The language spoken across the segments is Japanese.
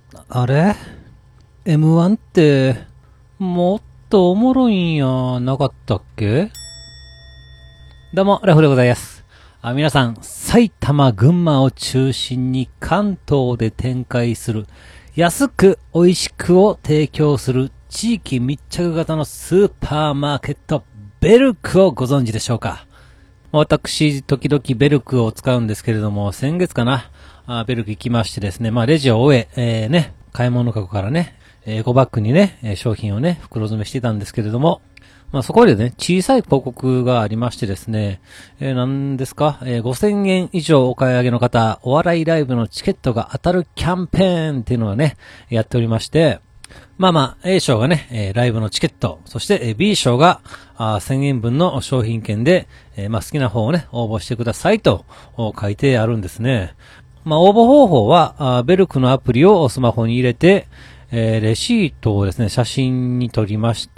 あれ ?M1 って、もっとおもろいんやなかったっけ？どうも、ラフでございます。皆さん、埼玉、群馬を中心に関東で展開する、安く美味しくを提供する地域密着型のスーパーマーケット、ベルクをご存知でしょうか？私、時々ベルクを使うんですけれども、先月かな、ベルク行きましてですね、レジを終え、買い物かごからね、エコバッグにね、商品をね、袋詰めしてたんですけれども、そこでね、小さい広告がありましてですね、何ですか、5000円以上お買い上げの方、お笑いライブのチケットが当たるキャンペーンっていうのがね、やっておりまして、A 賞がね、ライブのチケット、そして、B 賞が1000円分の商品券で、好きな方をね、応募してくださいと書いてあるんですね。応募方法は、ベルクのアプリをスマホに入れて、レシートをですね、写真に撮りまして、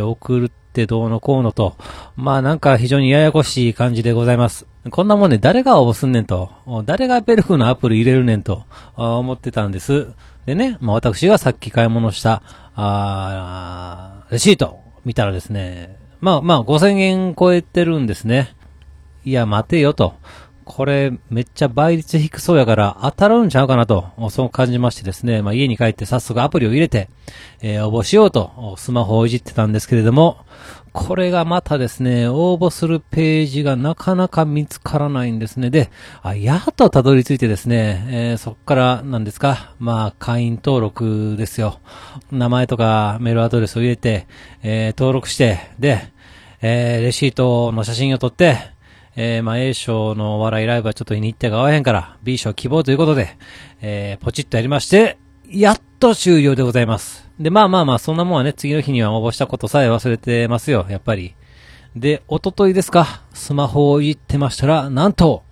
送るってどうのこうのと、なんか非常にややこしい感じでございます。こんなもんね、誰が応募すんねんと、誰がベルクのアプリ入れるねんと、思ってたんです。でね、私がさっき買い物した、レシート見たらですね、5000円超えてるんですね。いや、待てよと。これ、めっちゃ倍率低そうやから当たるんちゃうかなと、そう感じましてですね、家に帰って早速アプリを入れて、応募しようと、スマホをいじってたんですけれども、これがまたですね、応募するページがなかなか見つからないんですね。で、やっとたどり着いてですね、そっから何ですか、会員登録ですよ。名前とかメールアドレスを入れて、登録して、で、レシートの写真を撮って、A 賞のお笑いライブはちょっと日程が合わへんから、B 賞希望ということで、ポチッとやりまして、やっと終了でございます。で、そんなもんはね、次の日には応募したことさえ忘れてますよ、やっぱり。で、一昨日ですか、スマホをいじってましたら、なんと、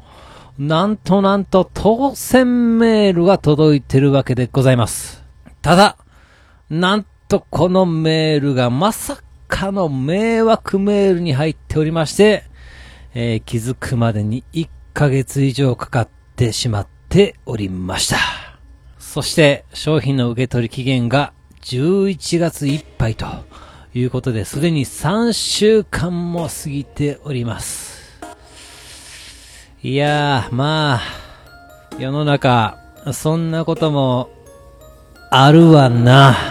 当選メールが届いてるわけでございます。ただ、なんとこのメールがまさかの迷惑メールに入っておりまして、気づくまでに1ヶ月以上かかってしまっておりました。そして商品の受け取り期限が11月いっぱいということで、すでに3週間も過ぎております。いやー、世の中そんなこともあるわな。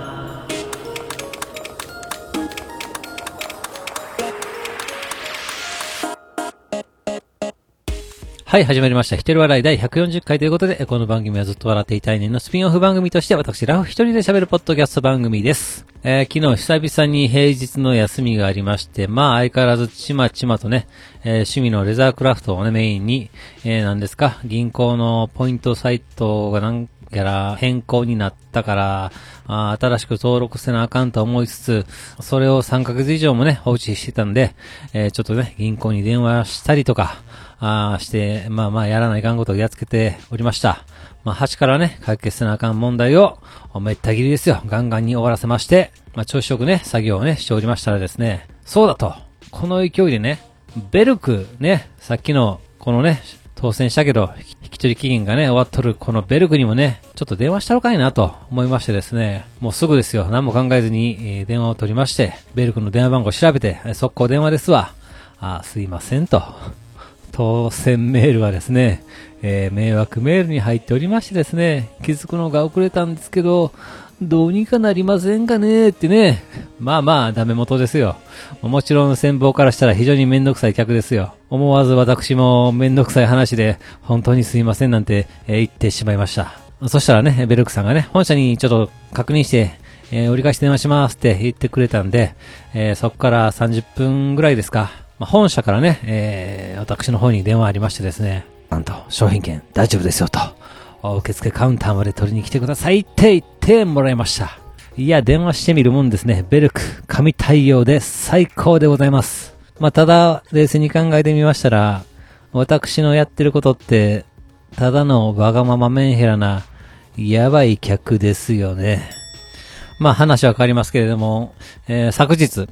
はい、始まりました。一人笑い第140回ということで、この番組はずっと笑っていたいねんのスピンオフ番組として、私、ラフ一人で喋るポッドキャスト番組です。昨日久々に平日の休みがありまして、相変わらずちまちまとね、趣味のレザークラフトをね、メインに、何ですか、銀行のポイントサイトがなんやら変更になったから、新しく登録せなあかんと思いつつ、それを3ヶ月以上もね、放置してたんで、ちょっとね、銀行に電話したりとか、して、やらないかんことをやっつけておりました。端からね、解決せなあかん問題を、めった切りですよ。ガンガンに終わらせまして、調子よくね、作業をね、しておりましたらですね、そうだと、この勢いでね、ベルクね、さっきの、このね、当選したけど、引き取り期限がね、終わっとる、このベルクにもね、ちょっと電話したろかいなと思いましてですね、もうすぐですよ、何も考えずに、電話を取りまして、ベルクの電話番号を調べて、速攻電話ですわ。すいませんと。当選メールはですね、迷惑メールに入っておりましてですね、気づくのが遅れたんですけど、どうにかなりませんかねってね、ダメ元ですよ。もちろん先方からしたら非常にめんどくさい客ですよ。思わず私もめんどくさい話で、本当にすいませんなんて、言ってしまいました。そしたらね、ベルクさんがね、本社にちょっと確認して、折り返し電話しますって言ってくれたんで、そこから30分ぐらいですか。本社からね、私の方に電話ありましてですね、なんと商品券大丈夫ですよと、受付カウンターまで取りに来てくださいって言ってもらいました。いや、電話してみるもんですね。ベルク神対応で最高でございます。ただ冷静に考えてみましたら、私のやってることってただのわがままメンヘラなやばい客ですよね。話は変わりますけれども、昨日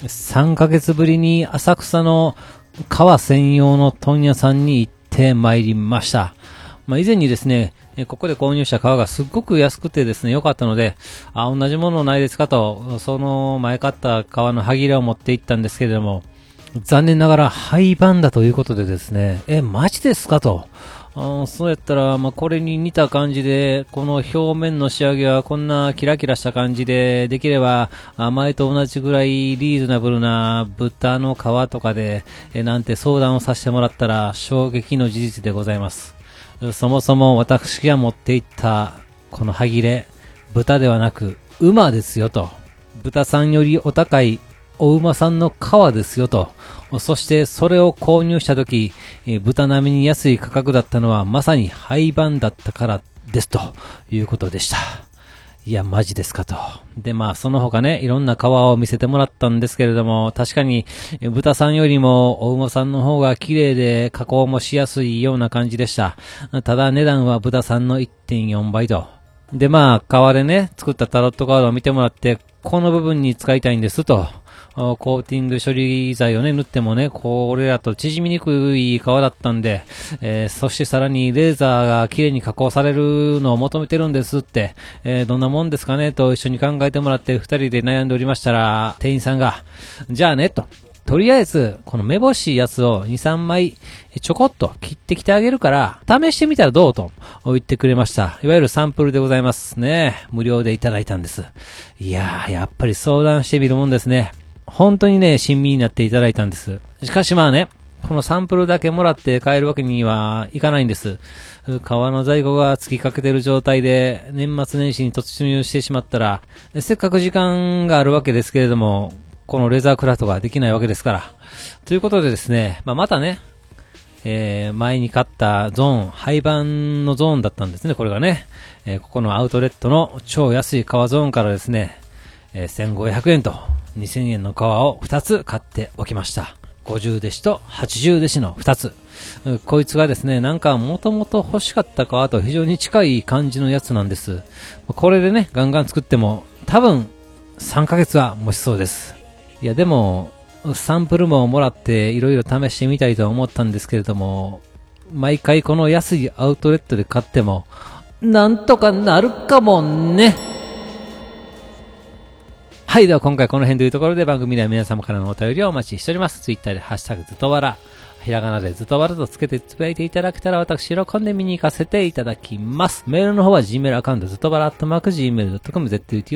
3ヶ月ぶりに浅草の革専用の問屋さんに行ってまいりました。以前にですね、 ここで購入した革がすっごく安くてですね、良かったので、同じものないですかと、その前買った革の歯切れを持って行ったんですけれども、残念ながら廃盤だということでですね、マジですかと。そうやったら、これに似た感じで、この表面の仕上げはこんなキラキラした感じで、できれば、前と同じぐらいリーズナブルな豚の皮とかで、なんて相談をさせてもらったら、衝撃の事実でございます。そもそも私が持っていったこの歯切れ、豚ではなく馬ですよと。豚さんよりお高いお馬さんの皮ですよと。そしてそれを購入したとき、豚並みに安い価格だったのはまさに廃盤だったからですということでした。いや、マジですかと。で、その他ね、いろんな皮を見せてもらったんですけれども、確かに、豚さんよりも、お馬さんの方が綺麗で、加工もしやすいような感じでした。ただ、値段は豚さんの 1.4 倍と。で、皮でね、作ったタロットカードを見てもらって、この部分に使いたいんですと。コーティング処理剤をね、塗ってもね、これだと縮みにくい皮だったんで、そしてさらにレーザーが綺麗に加工されるのを求めてるんですって、どんなもんですかねと一緒に考えてもらって二人で悩んでおりましたら、店員さんが、じゃあね、と。とりあえず、このめぼしいやつを2、3枚ちょこっと切ってきてあげるから、試してみたらどうと言ってくれました。いわゆるサンプルでございますね。無料でいただいたんです。いやー、やっぱり相談してみるもんですね。本当にね、親身になっていただいたんです。しかしこのサンプルだけもらって帰るわけにはいかないんです。革の在庫が尽きかけてる状態で、年末年始に突入してしまったら、せっかく時間があるわけですけれども、このレザークラフトができないわけですから。ということでですね、またね、前に買ったゾーン、廃盤のゾーンだったんですね、これがね。ここのアウトレットの超安い革ゾーンからですね、1500円と2000円の革を2つ買っておきました。50弟子と80弟子の2つ。こいつがですね、なんかもともと欲しかった革と非常に近い感じのやつなんです。これでね、ガンガン作っても多分3ヶ月は持ちそうです。いやでも、サンプルももらっていろいろ試してみたいと思ったんですけれども、毎回この安いアウトレットで買っても、なんとかなるかもね。はい、では今回この辺というところで番組では皆様からのお便りをお待ちしております。ツイッターでハッシュタグずとわら、ひらがなでずとわらとつけてつぶやいていただけたら私喜んで見に行かせていただきます。メールの方は Gmail アカウントずとわら@gmail.com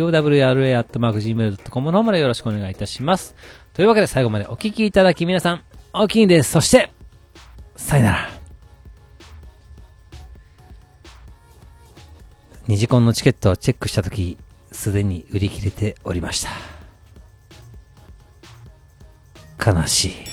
zutowra@gmail.com の方までよろしくお願いいたします。というわけで最後までお聞きいただき皆さんおきにです。そしてさよなら。二次コンのチケットをチェックしたときすでに売り切れておりました。悲しい。